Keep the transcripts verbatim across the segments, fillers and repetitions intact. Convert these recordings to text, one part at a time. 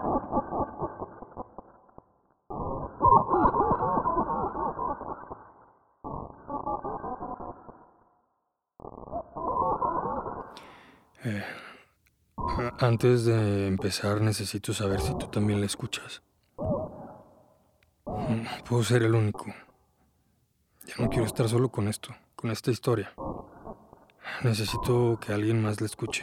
Eh, antes de empezar necesito saber si tú también la escuchas. Puedo ser el único. Ya no quiero estar solo con esto, con esta historia. Necesito que alguien más la escuche.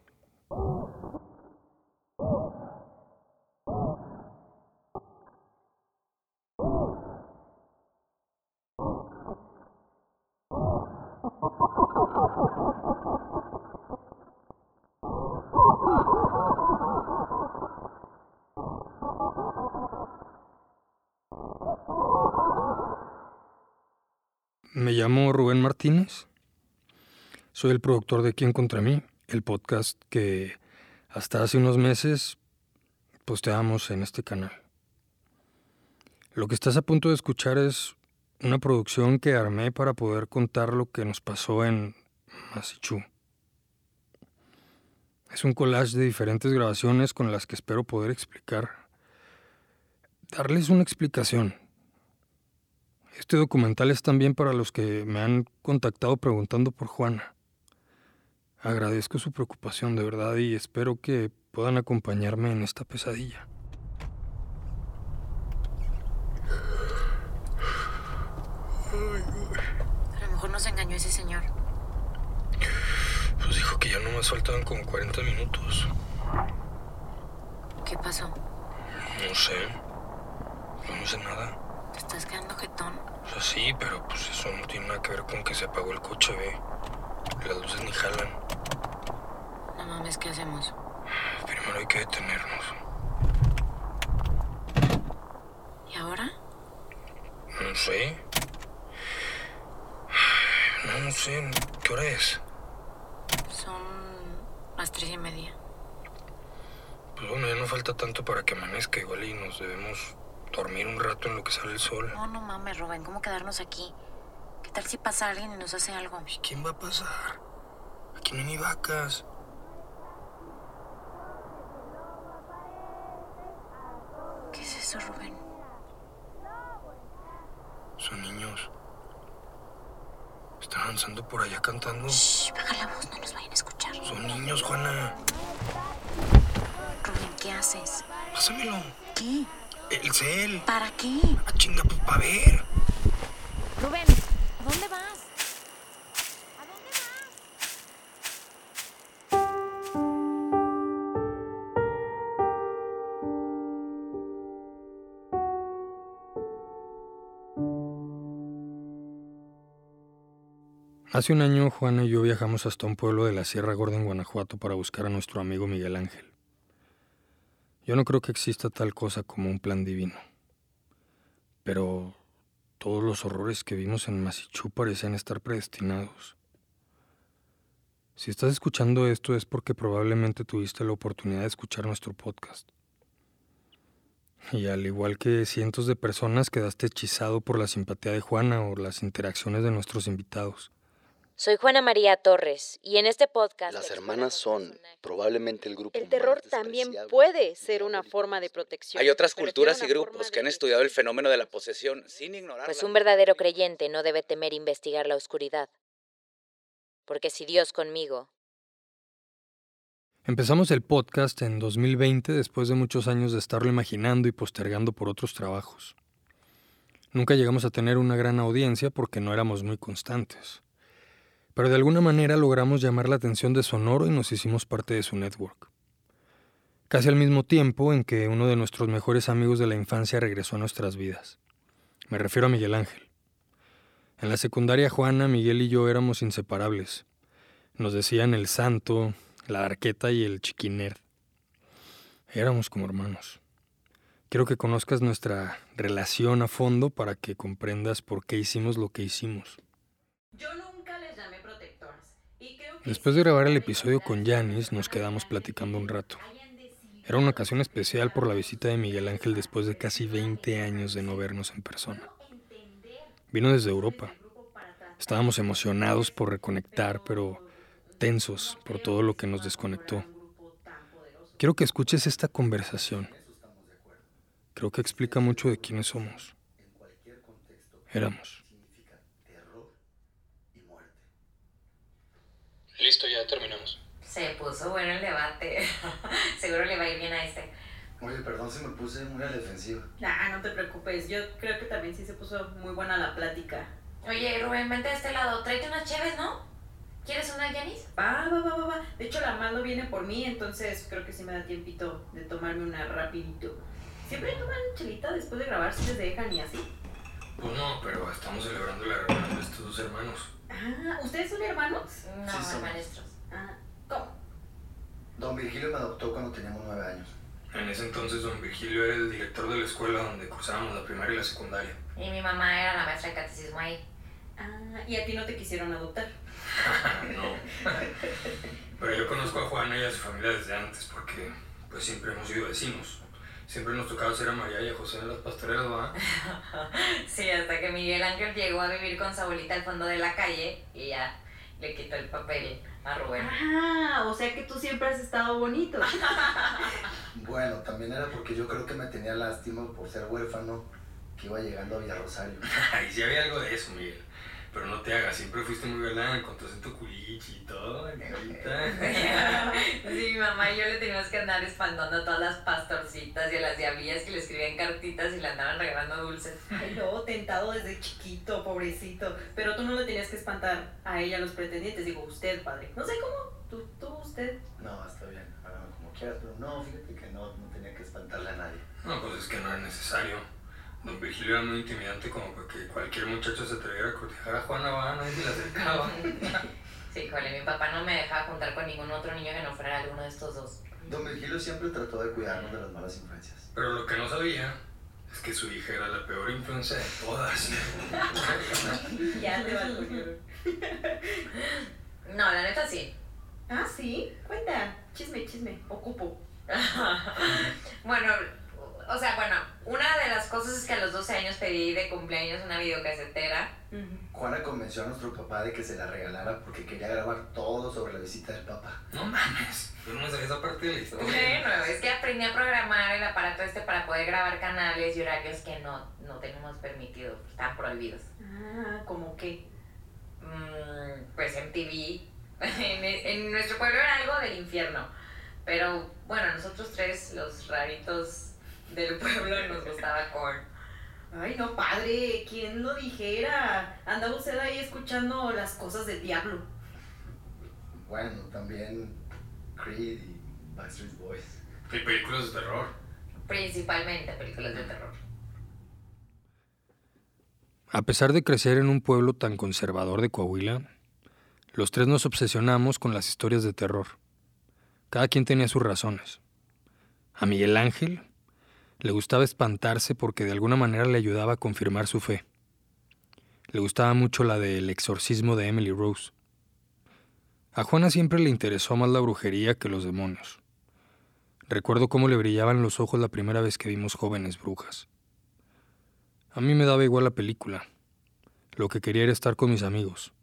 Me llamo Rubén Martínez. Soy el productor de Quién contra mí, el podcast que hasta hace unos meses posteamos en este canal. Lo que estás a punto de escuchar es una producción que armé para poder contar lo que nos pasó en Masichú. Es un collage de diferentes grabaciones con las que espero poder explicar, darles una explicación. Este documental es también para los que me han contactado preguntando por Juana. Agradezco su preocupación de verdad y espero que puedan acompañarme en esta pesadilla. A lo mejor nos engañó ese señor. Pues dijo que ya nomás faltaban como cuarenta minutos. ¿Qué pasó? No sé. No sé nada. ¿Te estás quedando jetón? O sea, sí, pero pues eso no tiene nada que ver con que se apagó el coche, ve. Las luces ni jalan. No mames, ¿qué hacemos? Primero hay que detenernos. ¿Y ahora? No sé. No, no sé. ¿Qué hora es? Son las tres y media. Pues bueno, ya no falta tanto para que amanezca igual y nos debemos dormir un rato en lo que sale el sol. No, no mames, Rubén, ¿cómo quedarnos aquí? ¿Qué tal si pasa alguien y nos hace algo? ¿Y quién va a pasar? Aquí no hay ni vacas. ¿Qué es eso, Rubén? Son niños. Están avanzando por allá cantando. Shh, baja la voz, no nos vayan a escuchar. Son niños, Juana. Rubén, ¿qué haces? Pásamelo. ¿Qué? El cel. ¿Para qué? Ah, chinga, pues para ver. Rubén, ¿a dónde vas? ¿A dónde vas? Hace un año, Juana y yo viajamos hasta un pueblo de la Sierra Gorda en Guanajuato para buscar a nuestro amigo Miguel Ángel. Yo no creo que exista tal cosa como un plan divino. Pero todos los horrores que vimos en Masichú parecían estar predestinados. Si estás escuchando esto es porque probablemente tuviste la oportunidad de escuchar nuestro podcast. Y al igual que cientos de personas quedaste hechizado por la simpatía de Juana o las interacciones de nuestros invitados. Soy Juana María Torres y en este podcast... Las hermanas son probablemente el grupo El terror más también despreciable puede ser una forma de protección. Hay otras pero culturas tiene y una grupos forma que han de- estudiado el fenómeno de la posesión sin ignorar. Pues un verdadero creyente no debe temer investigar la oscuridad. Porque si Dios conmigo... Empezamos el podcast en dos mil veinte después de muchos años de estarlo imaginando y postergando por otros trabajos. Nunca llegamos a tener una gran audiencia porque no éramos muy constantes. Pero de alguna manera logramos llamar la atención de Sonoro y nos hicimos parte de su network. Casi al mismo tiempo en que uno de nuestros mejores amigos de la infancia regresó a nuestras vidas. Me refiero a Miguel Ángel. En la secundaria Juana, Miguel y yo éramos inseparables. Nos decían el santo, la arqueta y el chiquinerd. Éramos como hermanos. Quiero que conozcas nuestra relación a fondo para que comprendas por qué hicimos lo que hicimos. Yo nunca les llamé protectoras. Y creo que Después de grabar el episodio con Yanis, nos quedamos platicando un rato. Era una ocasión especial por la visita de Miguel Ángel después de casi veinte años de no vernos en persona. Vino desde Europa. Estábamos emocionados por reconectar, pero tensos por todo lo que nos desconectó. Quiero que escuches esta conversación. Creo que explica mucho de quiénes somos. Éramos. Listo, ya terminamos. Se puso bueno el debate. Seguro le va a ir bien a este. Oye, perdón si me puse muy a la defensiva. Nah, no te preocupes. Yo creo que también sí se puso muy buena la plática. Oye, Rubén, vente de este lado. Tráete unas cheves, ¿no? ¿Quieres una, Yanis? Va, va, va, va, va. De hecho, la Mando viene por mí, entonces creo que sí me da tiempito de tomarme una rapidito. ¿Siempre toman chelita después de grabar si les dejan y así? Pues no, pero estamos celebrando la reunión de estos dos hermanos. Ah, ¿ustedes son hermanos? No, Sí, somos. maestros. Ah, ¿cómo? Don Virgilio me adoptó cuando teníamos nueve años. En ese entonces don Virgilio era el director de la escuela donde cursábamos la primaria y la secundaria. Y mi mamá era la maestra de catecismo ahí. Ah, ¿y a ti no te quisieron adoptar? No. Pero yo conozco a Juana y a su familia desde antes porque pues siempre hemos sido vecinos. Siempre nos tocaba hacer a María y a José en las pastorelas, ¿va? Sí, hasta que Miguel Ángel llegó a vivir con su abuelita al fondo de la calle y ya le quitó el papel a Rubén. Ah, o sea que tú siempre has estado bonito. Bueno, también era porque yo creo que me tenía lástima por ser huérfano que iba llegando a Villarrosario. Ay, sí había algo de eso, Miguel. Pero no te hagas, siempre fuiste muy galán con tu acento culichi y todo, negrita. Sí, mi mamá y yo le teníamos que andar espantando a todas las pastorcitas y a las diablillas que le escribían cartitas y le andaban regalando dulces. Ay, no, tentado desde chiquito, pobrecito. Pero tú no le tenías que espantar a ella, a los pretendientes. Digo, usted, padre. No sé cómo. Tú, tú, usted. No, está bien, hágame como quieras, pero no, fíjate que no, no tenía que espantarle a nadie. No, pues es que no era necesario. Don Virgilio era muy intimidante como para que cualquier muchacho se atreviera a cortejar a Juana, va, nadie se le acercaba. Sí, jole, mi papá no me dejaba juntar con ningún otro niño que no fuera alguno de estos dos. Don Virgilio siempre trató de cuidarnos de las malas influencias. Pero lo que no sabía es que su hija era la peor influencia de todas. Ya te balconearon. No, la neta sí. Ah, ¿sí? Cuenta. Chisme, chisme. Ocupo. Bueno, o sea, bueno, una de las cosas es que a los doce años pedí de cumpleaños una videocasetera. Juana convenció a nuestro papá de que se la regalara porque quería grabar todo sobre la visita del Papa. No mames, yo no me sabía esa parte de la historia. Bueno, es que aprendí a programar el aparato este para poder grabar canales y horarios que no, no tenemos permitido, están prohibidos. Ah, ¿cómo qué? Mm, pues M T V. En, en nuestro pueblo era algo del infierno. Pero bueno, nosotros tres, los raritos del pueblo, nos gustaba Korn. Ay, no, padre, ¿quién lo dijera? Andaba usted ahí escuchando las cosas del diablo. Bueno, también Creed y Backstreet Boys. Y películas de terror. Principalmente películas de terror. A pesar de crecer en un pueblo tan conservador de Coahuila, los tres nos obsesionamos con las historias de terror. Cada quien tenía sus razones. A Miguel Ángel le gustaba espantarse porque de alguna manera le ayudaba a confirmar su fe. Le gustaba mucho la del exorcismo de Emily Rose. A Juana siempre le interesó más la brujería que los demonios. Recuerdo cómo le brillaban los ojos la primera vez que vimos Jóvenes Brujas. A mí me daba igual la película. Lo que quería era estar con mis amigos.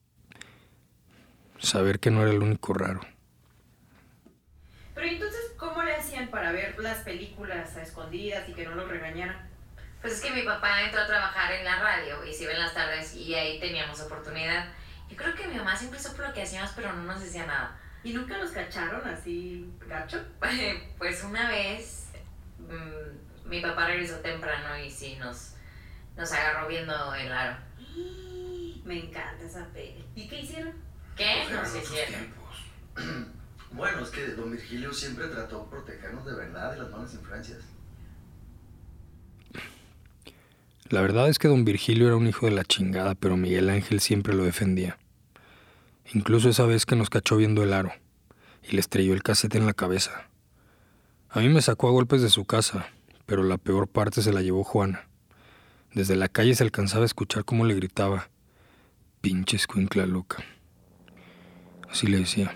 Saber que no era el único raro. Pero entonces, ¿cómo le hacían para ver las películas a escondidas y que no los regañaran? Pues es que mi papá entró a trabajar en la radio y se iba en las tardes y ahí teníamos oportunidad. Yo creo que mi mamá siempre supo lo que hacíamos, pero no nos decía nada. ¿Y nunca los cacharon así, gacho? Pues una vez mmm, mi papá regresó temprano y sí, nos, nos agarró viendo el aro. Me encanta esa peli. ¿Y qué hicieron? ¿Qué? Pues No eran sé otros si era. tiempos. Bueno, es que don Virgilio siempre trató de protegernos de verdad de las malas influencias. La verdad es que don Virgilio era un hijo de la chingada, pero Miguel Ángel siempre lo defendía. Incluso esa vez que nos cachó viendo el aro y le estrelló el casete en la cabeza. A mí me sacó a golpes de su casa, pero la peor parte se la llevó Juana. Desde la calle se alcanzaba a escuchar cómo le gritaba: pinche escuincla loca. Así le decía.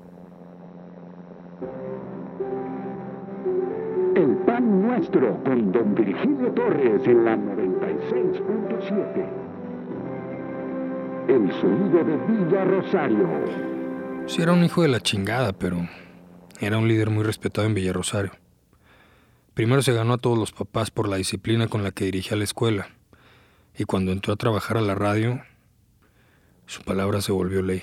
El pan nuestro con don Virgilio Torres en la noventa y seis punto siete. El sonido de Villa Rosario. Sí era un hijo de la chingada, pero era un líder muy respetado en Villa Rosario. Primero se ganó a todos los papás por la disciplina con la que dirigía la escuela, y cuando entró a trabajar a la radio, su palabra se volvió ley.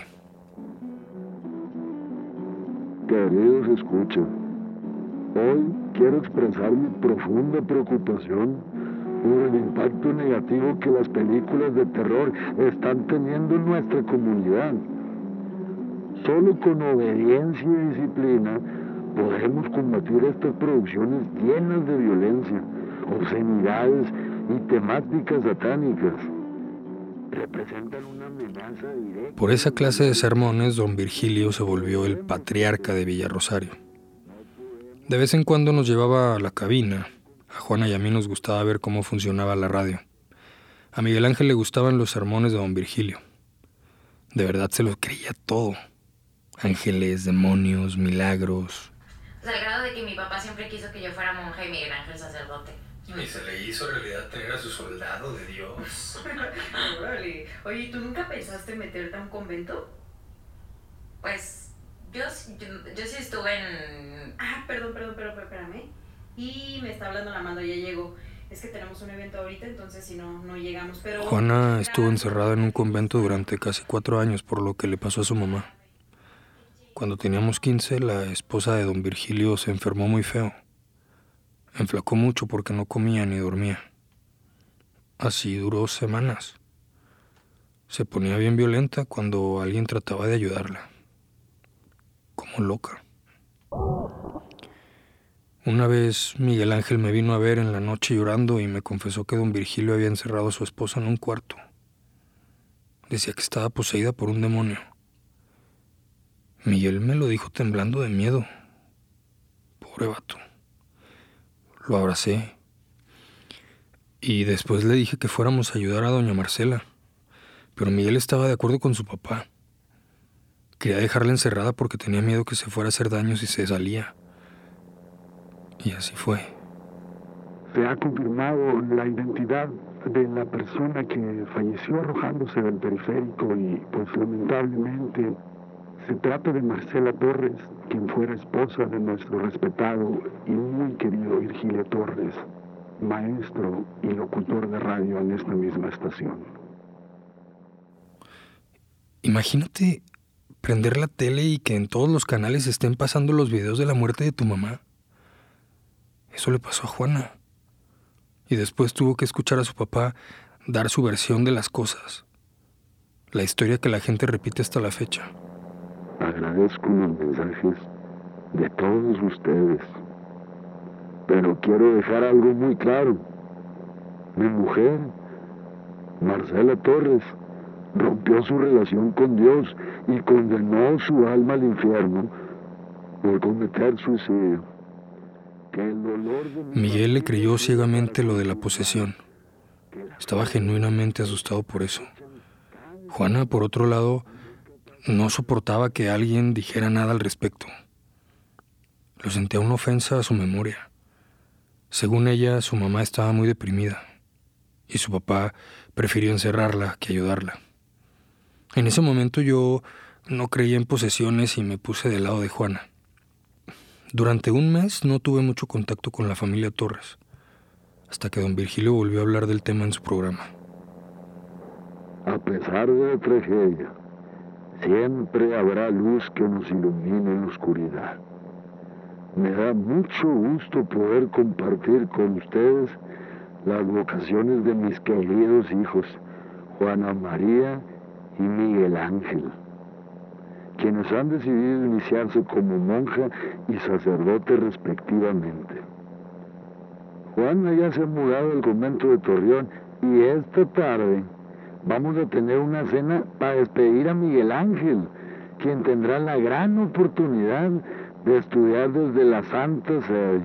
Queridos escuchas, hoy quiero expresar mi profunda preocupación por el impacto negativo que las películas de terror están teniendo en nuestra comunidad. Solo con obediencia y disciplina podemos combatir estas producciones llenas de violencia, obscenidades y temáticas satánicas. Representan una amenaza directa. Por esa clase de sermones, don Virgilio se volvió el patriarca de Villarrosario. De vez en cuando nos llevaba a la cabina. A Juana y a mí nos gustaba ver cómo funcionaba la radio. A Miguel Ángel le gustaban los sermones de don Virgilio. De verdad se lo creía todo. Ángeles, demonios, milagros. O sea, al grado de que mi papá siempre quiso que yo fuera monja y Miguel Ángel sacerdote. Y se le hizo realidad tener a su soldado de Dios. Órale. Oye, ¿y tú nunca pensaste meterte a un convento? Pues yo, yo, yo sí estuve en... Ah, perdón, perdón, perdón, espérame. Y me está hablando la mando, ya llegó. Es que tenemos un evento ahorita, entonces si no, no llegamos, pero... Juana estuvo encerrada en un convento durante casi cuatro años por lo que le pasó a su mamá. Cuando teníamos quince, la esposa de don Virgilio se enfermó muy feo. Enflacó mucho porque no comía ni dormía. Así duró semanas. Se ponía bien violenta cuando alguien trataba de ayudarla. Como loca. Una vez Miguel Ángel me vino a ver en la noche llorando y me confesó que don Virgilio había encerrado a su esposa en un cuarto. Decía que estaba poseída por un demonio. Miguel me lo dijo temblando de miedo. Pobre vato. Lo abracé. Y después le dije que fuéramos a ayudar a doña Marcela. Pero Miguel estaba de acuerdo con su papá. Quería dejarla encerrada porque tenía miedo que se fuera a hacer daño si se salía. Y así fue. Se ha confirmado la identidad de la persona que falleció arrojándose del periférico y, pues lamentablemente, se trata de Marcela Torres, quien fuera esposa de nuestro respetado y muy querido Virgilio Torres, maestro y locutor de radio en esta misma estación. Imagínate prender la tele y que en todos los canales estén pasando los videos de la muerte de tu mamá. Eso le pasó a Juana. Y después tuvo que escuchar a su papá dar su versión de las cosas. La historia que la gente repite hasta la fecha. Agradezco los mensajes de todos ustedes, pero quiero dejar algo muy claro. Mi mujer, Marcela Torres, rompió su relación con Dios y condenó su alma al infierno por cometer suicidio. Que el dolor de mi Miguel le creyó ciegamente lo de la posesión. Estaba genuinamente asustado por eso. Juana, por otro lado, no soportaba que alguien dijera nada al respecto. Lo sentía una ofensa a su memoria. Según ella, su mamá estaba muy deprimida y su papá prefirió encerrarla que ayudarla. En ese momento yo no creía en posesiones y me puse del lado de Juana. Durante un mes no tuve mucho contacto con la familia Torres, hasta que don Virgilio volvió a hablar del tema en su programa. A pesar de la tragedia, siempre habrá luz que nos ilumine en la oscuridad. Me da mucho gusto poder compartir con ustedes las vocaciones de mis queridos hijos, Juana María y Miguel Ángel, quienes han decidido iniciarse como monja y sacerdote respectivamente. Juana ya se ha mudado al convento de Torreón y esta tarde vamos a tener una cena para despedir a Miguel Ángel, quien tendrá la gran oportunidad de estudiar desde la Santa Sede.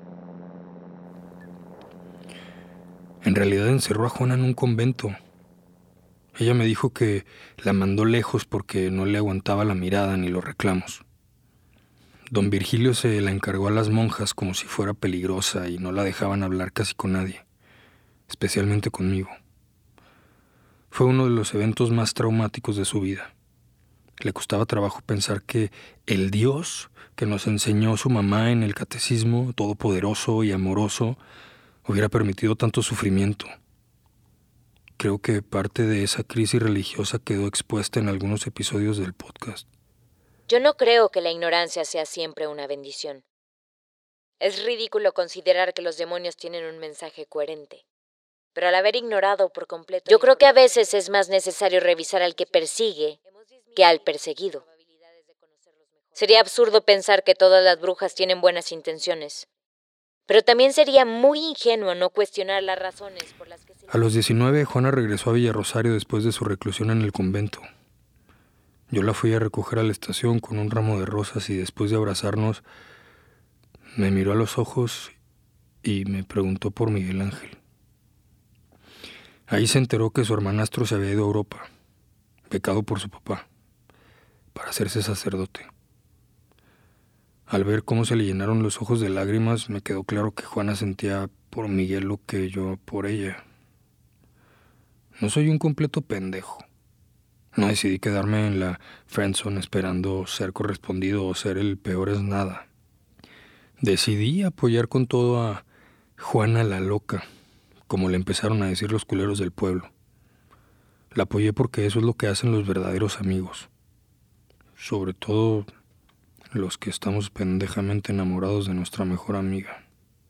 En realidad encerró a Juana en un convento. Ella me dijo que la mandó lejos porque no le aguantaba la mirada ni los reclamos. Don Virgilio se la encargó a las monjas como si fuera peligrosa y no la dejaban hablar casi con nadie, especialmente conmigo. Fue uno de los eventos más traumáticos de su vida. Le costaba trabajo pensar que el Dios que nos enseñó su mamá en el catecismo, todopoderoso y amoroso, hubiera permitido tanto sufrimiento. Creo que parte de esa crisis religiosa quedó expuesta en algunos episodios del podcast. Yo no creo que la ignorancia sea siempre una bendición. Es ridículo considerar que los demonios tienen un mensaje coherente. Pero al haber ignorado por completo... Yo creo que a veces es más necesario revisar al que persigue que al perseguido. Sería absurdo pensar que todas las brujas tienen buenas intenciones. Pero también sería muy ingenuo no cuestionar las razones por las que se... A los diecinueve, Juana regresó a Villarrosario después de su reclusión en el convento. Yo la fui a recoger a la estación con un ramo de rosas y después de abrazarnos, me miró a los ojos y me preguntó por Miguel Ángel. Ahí se enteró que su hermanastro se había ido a Europa, becado por su papá, para hacerse sacerdote. Al ver cómo se le llenaron los ojos de lágrimas, me quedó claro que Juana sentía por Miguel lo que yo por ella. No soy un completo pendejo. No decidí quedarme en la friendzone esperando ser correspondido o ser el peor es nada. Decidí apoyar con todo a Juana la loca, como le empezaron a decir los culeros del pueblo. La apoyé porque eso es lo que hacen los verdaderos amigos. Sobre todo los que estamos pendejamente enamorados de nuestra mejor amiga.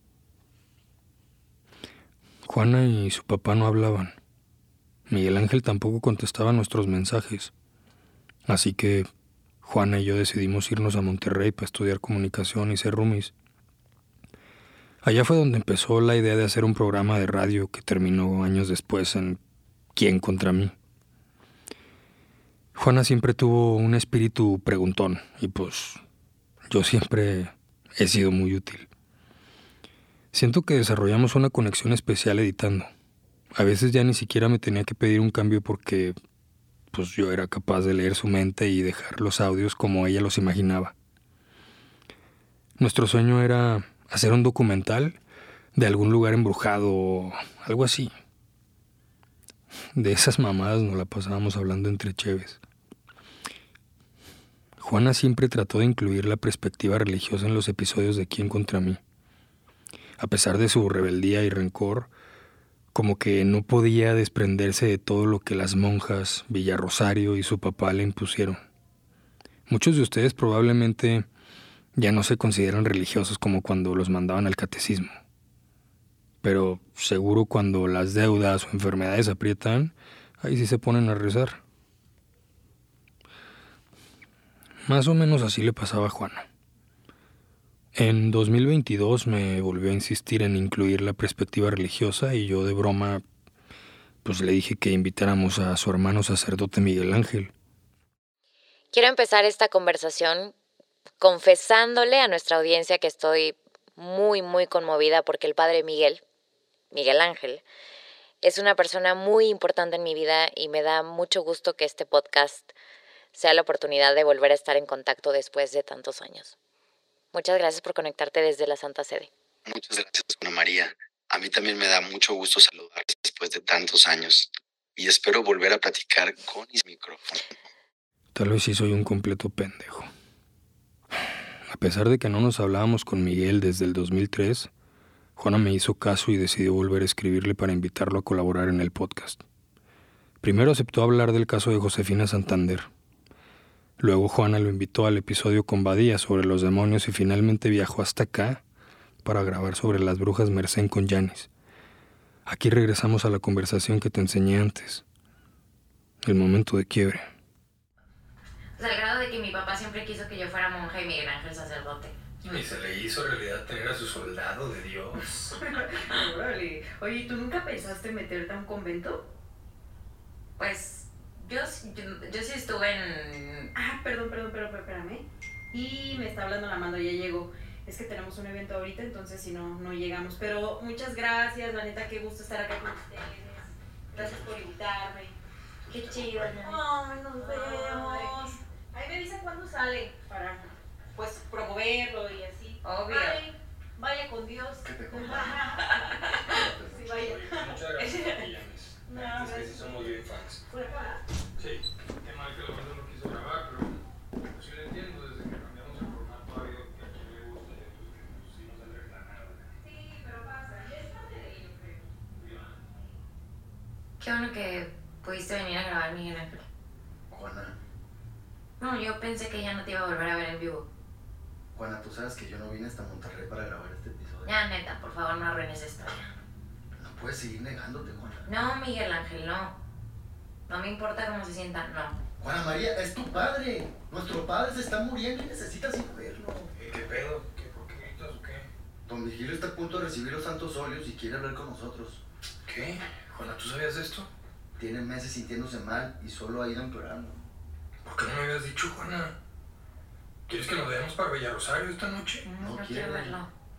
Juana y su papá no hablaban. Miguel Ángel tampoco contestaba nuestros mensajes. Así que Juana y yo decidimos irnos a Monterrey para estudiar comunicación y ser roomies. Allá fue donde empezó la idea de hacer un programa de radio que terminó años después en ¿Quién contra mí? Juana siempre tuvo un espíritu preguntón y pues yo siempre he sido muy útil. Siento que desarrollamos una conexión especial editando. A veces ya ni siquiera me tenía que pedir un cambio porque pues yo era capaz de leer su mente y dejar los audios como ella los imaginaba. Nuestro sueño era hacer un documental de algún lugar embrujado o algo así. De esas mamadas nos la pasábamos hablando entre cheves. Juana siempre trató de incluir la perspectiva religiosa en los episodios de Quién contra mí. A pesar de su rebeldía y rencor, como que no podía desprenderse de todo lo que las monjas, Villarrosario y su papá le impusieron. Muchos de ustedes probablemente ya no se consideran religiosos como cuando los mandaban al catecismo. Pero seguro cuando las deudas o enfermedades aprietan, ahí sí se ponen a rezar. Más o menos así le pasaba a Juana. En dos mil veintidós me volvió a insistir en incluir la perspectiva religiosa y yo de broma pues le dije que invitáramos a su hermano sacerdote Miguel Ángel. Quiero empezar esta conversación confesándole a nuestra audiencia que estoy muy, muy conmovida porque el padre Miguel, Miguel Ángel, es una persona muy importante en mi vida y me da mucho gusto que este podcast sea la oportunidad de volver a estar en contacto después de tantos años. Muchas gracias por conectarte desde la Santa Sede. Muchas gracias, Ana María. A mí también me da mucho gusto saludarte después de tantos años y espero volver a platicar con mis micrófonos. Tal vez sí soy un completo pendejo. A pesar de que no nos hablábamos con Miguel desde el dos mil tres, Juana me hizo caso y decidió volver a escribirle para invitarlo a colaborar en el podcast. Primero aceptó hablar del caso de Josefina Santander. Luego Juana lo invitó al episodio con Badía sobre los demonios y finalmente viajó hasta acá para grabar sobre las brujas Mersén con Yanis. Aquí regresamos a la conversación que te enseñé antes. El momento de quiebre. O sea, al grado de que mi papá siempre quiso que yo fuera monja y Miguel Ángel sacerdote. Y se le hizo realidad tener a su soldado de Dios. Órale. Oye, ¿y tú nunca pensaste meterte a un convento? Pues yo, yo, yo sí estuve en... Ah, perdón, perdón, perdón, espérame. Y me está hablando la mando, ya llegó. Es que tenemos un evento ahorita, entonces si no, no llegamos. Pero muchas gracias, la neta, qué gusto estar acá con ustedes. Gracias por invitarme. Qué chido, ¿no? Ay, nos vemos. Ahí me dicen cuándo sale para, pues, promoverlo y así. Obvio. Ay, vaya con Dios. ¿Qué te Sí, vaya. Muchas gracias, Yanis. No, Es que sí somos bien fans. ¿Por acá? Sí, qué mal que la banda no quiso grabar, pero Qué bueno que pudiste venir a grabar, Miguel Ángel. Juana. No, yo pensé que ya no te iba a volver a ver en vivo. Juana, tú sabes que yo no vine hasta Monterrey para grabar este episodio. Ya, neta, por favor, no arruines esto. No puedes seguir negándote, Juana. No, Miguel Ángel, no. No me importa cómo se sientan, no. Juana María, es tu padre. Nuestro padre se está muriendo y necesitas ir a verlo. ¿Qué, qué pedo? ¿Qué, ¿Por qué gritas o qué? Don Virgilio está a punto de recibir los santos óleos y quiere hablar con nosotros. ¿Qué? Juana, ¿tú sabías de esto? Tiene meses sintiéndose mal y solo ha ido empeorando. ¿Por qué no me habías dicho, Juana? ¿Quieres que nos veamos para Villarosario esta noche? No, No no quiero. quiero verlo.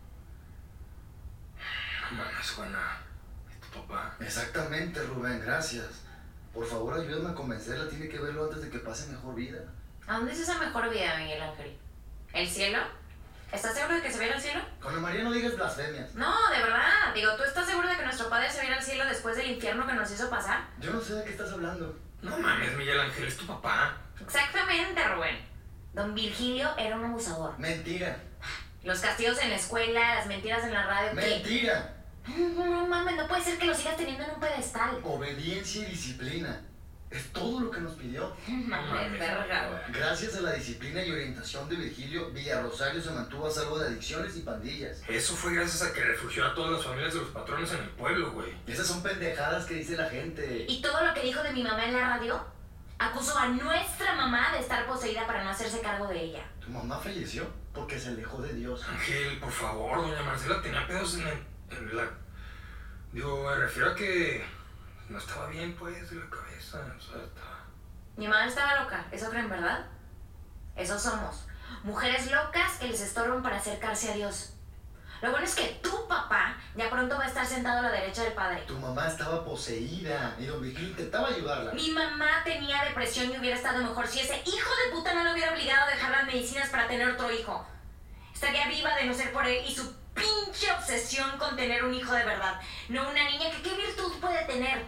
No mames, Juana. ¿Es tu papá? Exactamente, Rubén, gracias. Por favor, ayúdame a convencerla. Tiene que verlo antes de que pase mejor vida. ¿A dónde es esa mejor vida, Miguel Ángel? ¿El cielo? ¿Estás seguro de que se va a ir al cielo? Juana María, no digas blasfemias. No, de verdad. Digo, ¿tú estás seguro de que nuestro padre se va a ir al cielo después del infierno que nos hizo pasar? Yo no sé de qué estás hablando. No mames, Miguel Ángel, es tu papá. Exactamente, Rubén. Don Virgilio era un abusador. Mentira. Los castigos en la escuela, las mentiras en la radio. ¿qué? Mentira. No, no mames, no puede ser que lo sigas teniendo en un pedestal. Obediencia y disciplina. Es todo lo que nos pidió. Mames, verga, güey. Gracias a la disciplina y orientación de Virgilio, Villarosario se mantuvo a salvo de adicciones y pandillas. Eso fue gracias a que refugió a todas las familias de los patrones en el pueblo, güey. Esas son pendejadas que dice la gente. Y todo lo que dijo de mi mamá en la radio, acusó a nuestra mamá de estar poseída para no hacerse cargo de ella. Tu mamá falleció porque se alejó de Dios. Ángel, por favor, doña Marcela tenía pedos en, el, en la... Digo, me refiero a que no estaba bien, pues, de la cabeza. O sea, estaba... Mi mamá estaba loca, ¿eso creen, verdad? Eso somos. Mujeres locas que les estorban para acercarse a Dios. Lo bueno es que tu papá ya pronto va a estar sentado a la derecha del Padre. Tu mamá estaba poseída y don Virgilio intentaba ayudarla. Mi mamá tenía depresión y hubiera estado mejor si ese hijo de puta no lo hubiera obligado a dejar las medicinas para tener otro hijo. Estaría viva de no ser por él y su pinche obsesión con tener un hijo de verdad. No una niña que qué virtud puede tener.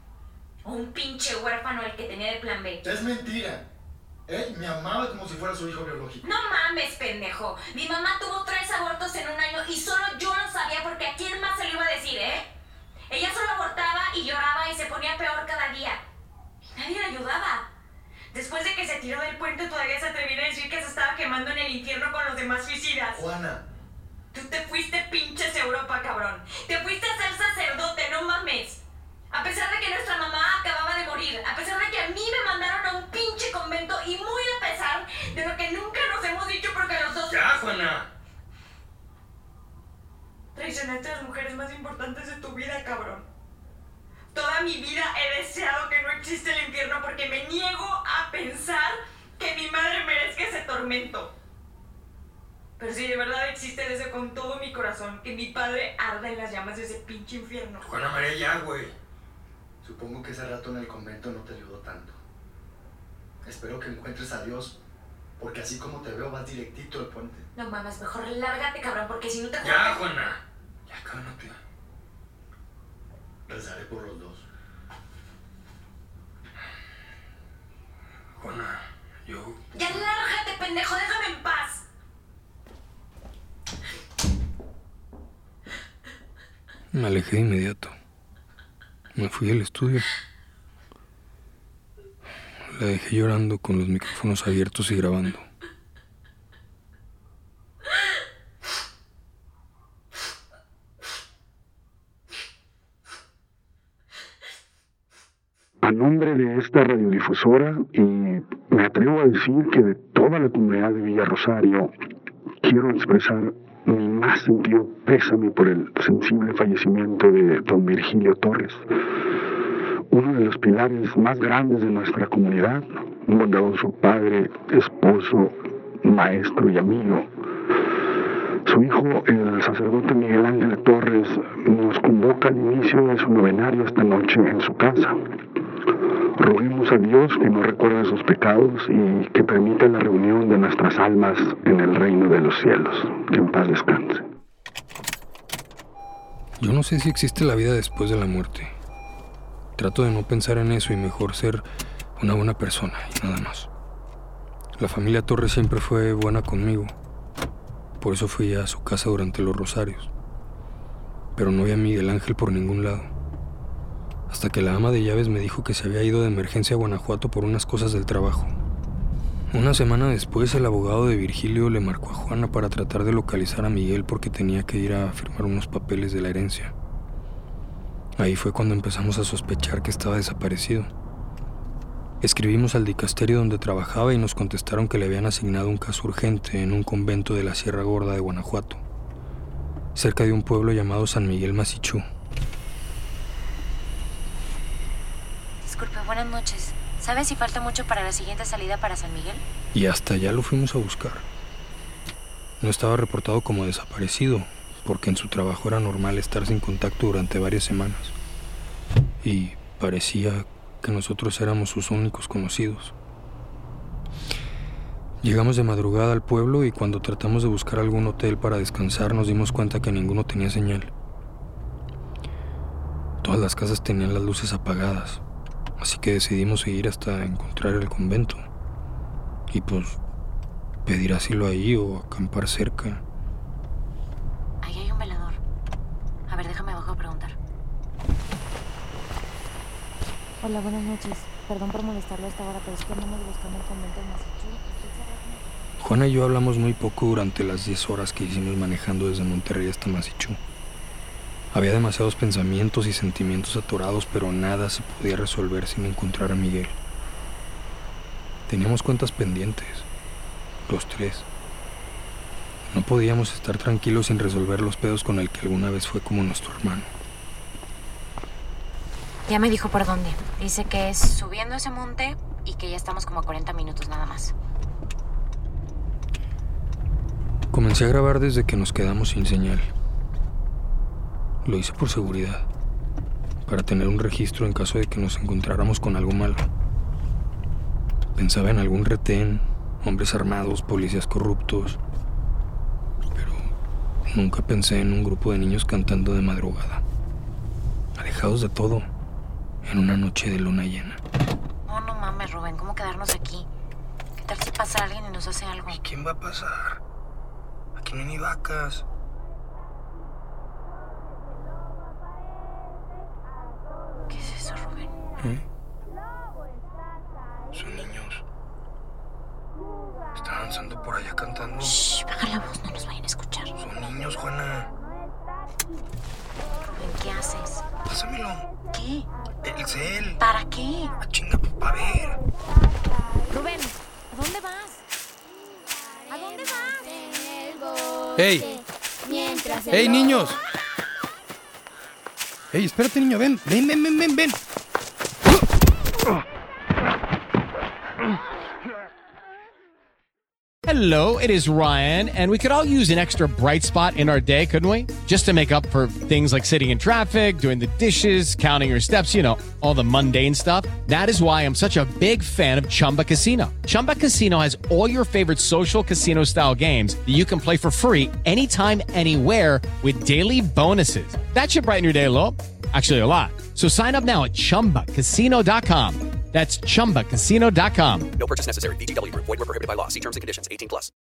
O un pinche huérfano al que tenía de plan B. Es mentira. Él me amaba como si fuera su hijo biológico. No mames, pendejo. Mi mamá tuvo tres abortos en un año y solo yo lo sabía porque ¿a quién más se lo iba a decir, eh? Ella solo abortaba y lloraba y se ponía peor cada día. Y nadie la ayudaba. Después de que se tiró del puente todavía se atrevió a decir que se estaba quemando en el infierno con los demás suicidas. Juana. Tú te fuiste pinches a Europa, cabrón. Te fuiste a ser sacerdote, no mames. A pesar de que nuestra mamá acababa de morir, a pesar de que a mí me mandaron a un pinche convento y muy a pesar de lo que nunca nos hemos dicho porque los dos... ¡Ya, Juana! Traicionaste a las mujeres más importantes de tu vida, cabrón. Toda mi vida he deseado que no existe el infierno porque me niego a pensar que mi madre merezca ese tormento. Pero si de verdad existe, deseo con todo mi corazón que mi padre arda en las llamas de ese pinche infierno. Juana María, ya, güey. Supongo que ese rato en el convento no te ayudó tanto. Espero que encuentres a Dios, porque así como te veo vas directito al puente. No mames, mejor lárgate, cabrón, porque si no te... Ya, Juana. Ya, cálmate. Rezaré por los dos. Juana, yo... ¡Ya lárgate, pendejo! ¡Déjame en paz! Me alejé de inmediato. Me fui al estudio. La dejé llorando con los micrófonos abiertos y grabando. A nombre de esta radiodifusora, y me atrevo a decir que de toda la comunidad de Villarosario, quiero expresar mi más sentido pésame por el sensible fallecimiento de don Virgilio Torres, uno de los pilares más grandes de nuestra comunidad, un bondadoso padre, esposo, maestro y amigo. Su hijo, el sacerdote Miguel Ángel Torres, nos convoca al inicio de su novenario esta noche en su casa. Roguemos a Dios que no recuerde sus pecados y que permita la reunión de nuestras almas en el reino de los cielos. Que en paz descanse. Yo no sé si existe la vida después de la muerte. Trato de no pensar en eso y mejor ser una buena persona y nada más. La familia Torres siempre fue buena conmigo. Por eso fui a su casa durante los rosarios. Pero no vi a Miguel Ángel por ningún lado. hasta que la ama de llaves me dijo que se había ido de emergencia a Guanajuato por unas cosas del trabajo. Una semana después, el abogado de Virgilio le marcó a Juana para tratar de localizar a Miguel porque tenía que ir a firmar unos papeles de la herencia. Ahí fue cuando empezamos a sospechar que estaba desaparecido. Escribimos al dicasterio donde trabajaba y nos contestaron que le habían asignado un caso urgente en un convento de la Sierra Gorda de Guanajuato, cerca de un pueblo llamado San Miguel Masichú. Disculpe, buenas noches. ¿Sabes si falta mucho para la siguiente salida para San Miguel? Y hasta allá lo fuimos a buscar. No estaba reportado como desaparecido, porque en su trabajo era normal estar sin contacto durante varias semanas. Y parecía que nosotros éramos sus únicos conocidos. Llegamos de madrugada al pueblo y cuando tratamos de buscar algún hotel para descansar nos dimos cuenta que ninguno tenía señal. Todas las casas tenían las luces apagadas, así que decidimos seguir hasta encontrar el convento y pues pedir asilo ahí o acampar cerca. Ahí hay un velador. A ver, déjame abajo a preguntar. Hola, buenas noches. Perdón por molestarlo a esta hora, pero es que andamos buscando el convento de Massachusetts. Juana y yo hablamos muy poco durante las diez horas que hicimos manejando desde Monterrey hasta Masichú. Había demasiados pensamientos y sentimientos atorados, pero nada se podía resolver sin encontrar a Miguel. Teníamos cuentas pendientes, los tres. No podíamos estar tranquilos sin resolver los pedos con el que alguna vez fue como nuestro hermano. Ya me dijo por dónde. Dice que es subiendo ese monte y que ya estamos como a cuarenta minutos nada más. Comencé a grabar desde que nos quedamos sin señal. Lo hice por seguridad, para tener un registro en caso de que nos encontráramos con algo malo. Pensaba en algún retén, hombres armados, policías corruptos, pero nunca pensé en un grupo de niños cantando de madrugada, alejados de todo, en una noche de luna llena. No, no mames, Rubén, ¿cómo quedarnos aquí? ¿Qué tal si pasa alguien y nos hace algo? ¿Y quién va a pasar? Aquí no hay ni vacas. ¿Qué es eso, Rubén? ¿Eh? Son niños. Están avanzando por allá cantando. Shh, baja la voz, no nos vayan a escuchar. Son niños, Juana. Rubén, ¿qué haces? Pásamelo. ¿Qué? El cel. ¿Para qué? Ah, chinga, pa' ver. Rubén, ¿a dónde vas? ¿A dónde vas? ¡Ey! ¡Ey, niños! ¡Ey, espérate, niño! ¡Ven! ¡Ven, ven, ven, ven, ven! Hello, it is Ryan, and we could all use an extra bright spot in our day, couldn't we? Just to make up for things like sitting in traffic, doing the dishes, counting your steps, you know, all the mundane stuff. That is why I'm such a big fan of Chumba Casino. Chumba Casino has all your favorite social casino-style games that you can play for free anytime, anywhere with daily bonuses. That should brighten your day a little. Actually, a lot. So sign up now at chumba casino dot com. That's chumba casino dot com. No purchase necessary. V G W Group. Void where prohibited by law. See terms and conditions. eighteen plus.